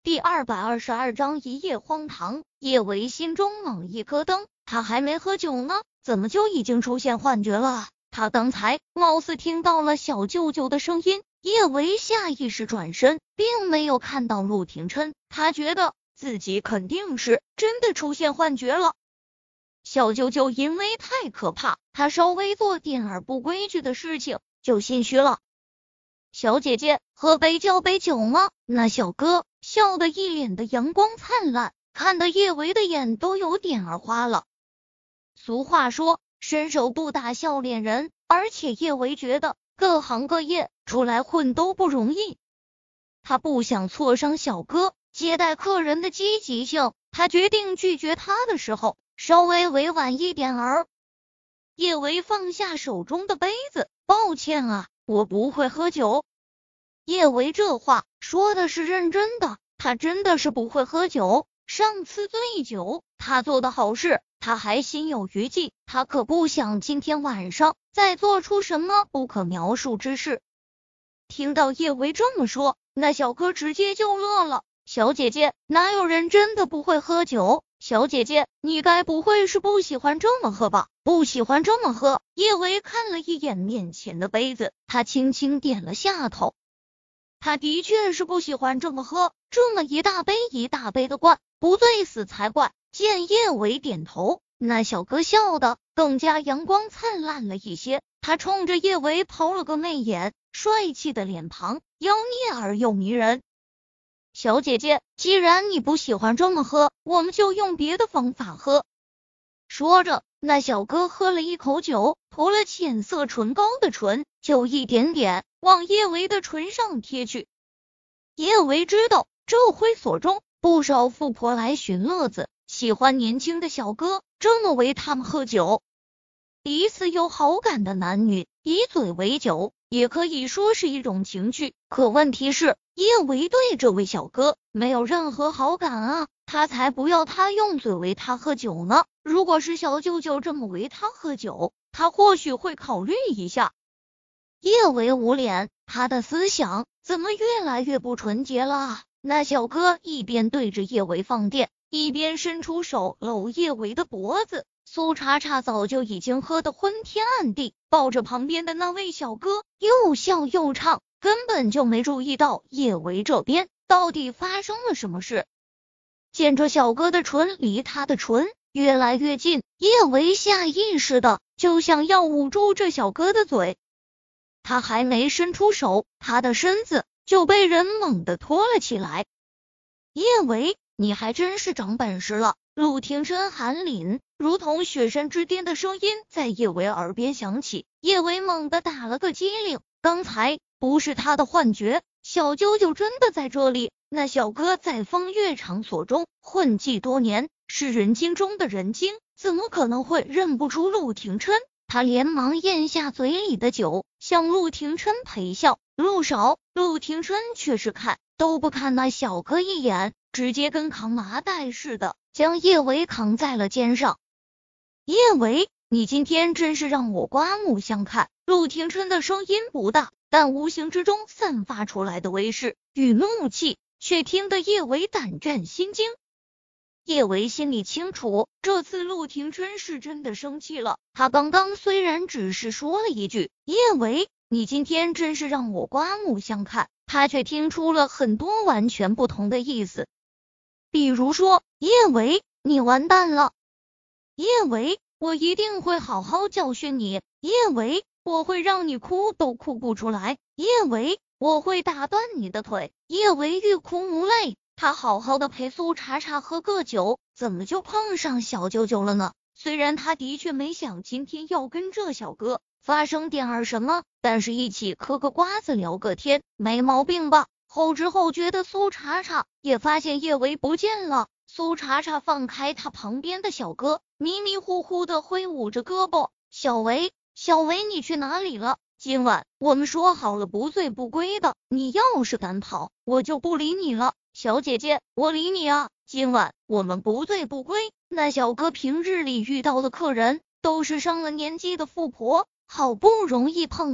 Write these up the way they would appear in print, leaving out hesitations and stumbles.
第222章一夜荒唐。叶维心中猛一咯噔，他还没喝酒呢，怎么就已经出现幻觉了啊？他刚才貌似听到了小舅舅的声音。叶维下意识转身，并没有看到陆廷琛，他觉得自己肯定是真的出现幻觉了。小舅舅因为太可怕，他稍微做点儿不规矩的事情就心虚了。小姐姐，喝杯酒吗？那小哥笑得一脸的阳光灿烂，看得叶维的眼都有点儿花了。俗话说，伸手不打笑脸人，而且叶维觉得各行各业出来混都不容易。他不想挫伤小哥接待客人的积极性，他决定拒绝他的时候稍微委婉一点儿。叶维放下手中的杯子，抱歉啊，我不会喝酒。叶维这话说的是认真的，他真的是不会喝酒。上次醉酒，他做的好事，他还心有余悸，他可不想今天晚上再做出什么不可描述之事。听到叶维这么说，那小哥直接就乐了。小姐姐，哪有人真的不会喝酒？小姐姐，你该不会是不喜欢这么喝吧？不喜欢这么喝。叶维看了一眼面前的杯子，他轻轻点了下头。他的确是不喜欢这么喝，这么一大杯的灌，不醉死才怪。见叶维点头，那小哥笑得更加阳光灿烂了一些，他冲着叶维抛了个媚眼，帅气的脸庞妖孽而又迷人。小姐姐，既然你不喜欢这么喝，我们就用别的方法喝。说着，那小哥喝了一口酒，涂了浅色唇膏的唇，就一点点往叶维的唇上贴去。叶维知道这会所中不少富婆来寻乐子，喜欢年轻的小哥这么为他们喝酒。彼此有好感的男女以嘴为酒，也可以说是一种情趣。可问题是，叶维对这位小哥没有任何好感啊，他才不要他用嘴为他喝酒呢。如果是小舅舅这么为他喝酒，他或许会考虑一下。叶维无脸，他的思想怎么越来越不纯洁了啊？那小哥一边对着叶维放电，一边伸出手搂叶维的脖子。苏茶茶早就已经喝得昏天暗地，抱着旁边的那位小哥又笑又唱，根本就没注意到叶维这边到底发生了什么事。见着小哥的唇离他的唇越来越近，叶维下意识的就想要捂住这小哥的嘴。他还没伸出手，他的身子就被人猛地拖了起来。叶维，你还真是长本事了。陆廷琛寒凛如同雪山之巅的声音在叶维耳边响起，叶维猛地打了个激灵，刚才不是他的幻觉，小舅舅真的在这里。那小哥在风月场所中混迹多年，是人精中的人精，怎么可能会认不出陆廷琛？他连忙咽下嘴里的酒，向陆廷琛陪笑。陆少，陆廷琛却是看都不看那小哥一眼，直接跟扛麻袋似的将叶维扛在了肩上。叶维，你今天真是让我刮目相看。陆廷琛的声音不大，但无形之中散发出来的威势与怒气，却听得叶维胆战心惊。叶维心里清楚，这次陆廷琛是真的生气了。他刚刚虽然只是说了一句叶维，你今天真是让我刮目相看，他却听出了很多完全不同的意思。比如说，叶维，你完蛋了。叶维，我一定会好好教训你。叶维，我会让你哭都哭不出来。叶维，我会打断你的腿。叶维欲哭无泪，他好好的陪苏茶茶喝个酒，怎么就碰上小舅舅了呢？虽然他的确没想今天要跟这小哥发生点儿什么，但是一起嗑个瓜子聊个天没毛病吧。后知后觉的苏茶茶也发现叶维不见了。苏茶茶放开他旁边的小哥，迷迷糊糊的挥舞着胳膊，小维，你去哪里了？今晚我们说好了不醉不归的，你要是敢跑，我就不理你了。小姐姐，我理你啊，今晚我们不醉不归。那小哥平日里遇到的客人都是上了年纪的富婆，好不容易碰到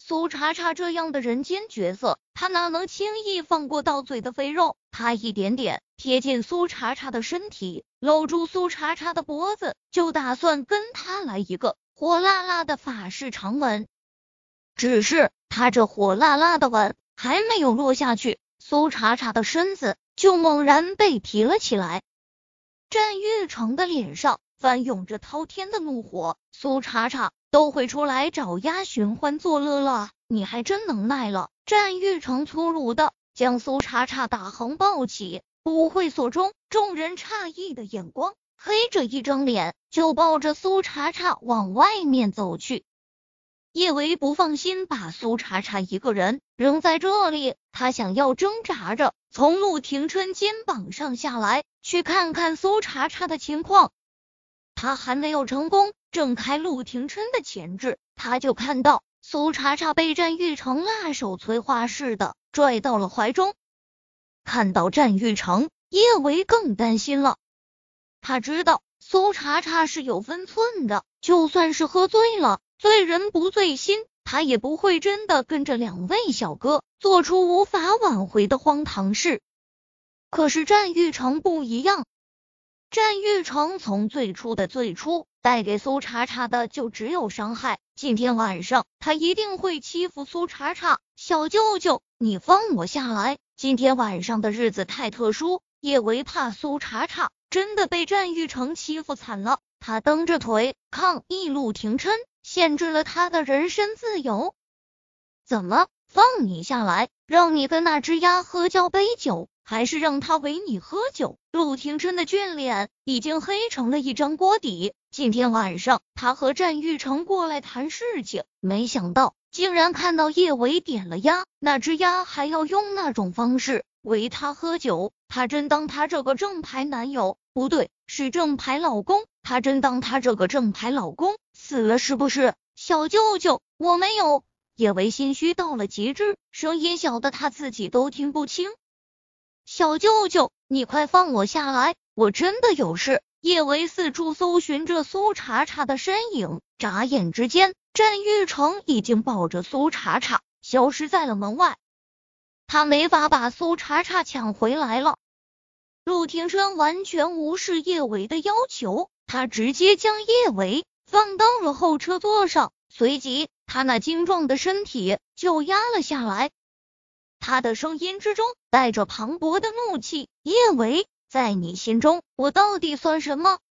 苏茶茶这样的人间角色，他哪能轻易放过到嘴的肥肉？他一点点贴近苏茶茶的身体，搂住苏茶茶的脖子，就打算跟他来一个火辣辣的法式长吻。只是他这火辣辣的吻还没有落下去，苏茶茶的身子就猛然被提了起来。战玉成的脸上翻涌着滔天的怒火，苏茶茶都会出来找丫寻欢作乐了，你还真能耐了。战玉成粗鲁的将苏茶茶大横抱起，不会所中众人诧异的眼光，黑着一张脸就抱着苏茶茶往外面走去。叶维不放心把苏茶茶一个人扔在这里，他想要挣扎着从陆廷琛肩膀上下来，去看看苏茶茶的情况。他还没有成功挣开陆廷琛的钳制，他就看到苏茶茶被战玉成辣手摧花似的拽到了怀中。看到战玉成，叶维更担心了。他知道苏茶茶是有分寸的，就算是喝醉了，醉人不醉心，他也不会真的跟着两位小哥做出无法挽回的荒唐事。可是战玉成不一样，战玉成从最初带给苏茶茶的就只有伤害，今天晚上他一定会欺负苏茶茶。小舅舅，你放我下来，今天晚上的日子太特殊。叶维怕苏茶茶真的被战玉成欺负惨了，他蹬着腿抗议陆廷琛，限制了他的人身自由。怎么放你下来，让你跟那只鸭喝交杯酒，还是让他为你喝酒？陆廷琛的俊脸已经黑成了一张锅底。今天晚上他和战玉成过来谈事情，没想到竟然看到叶维点了鸭，那只鸭还要用那种方式为他喝酒。他真当他这个正牌男友，不对，是正牌老公，他真当他这个正牌老公死了是不是？小舅舅，我没有。叶维心虚到了极致，声音小的他自己都听不清。小舅舅，你快放我下来，我真的有事。叶维四处搜寻着苏茶茶的身影，眨眼之间，战玉成已经抱着苏茶茶消失在了门外。他没法把苏茶茶抢回来了。陆廷琛完全无视叶维的要求，他直接将叶维放到了后车座上，随即他那精壮的身体就压了下来。他的声音之中带着磅礴的怒气，叶维，在你心中我到底算什么？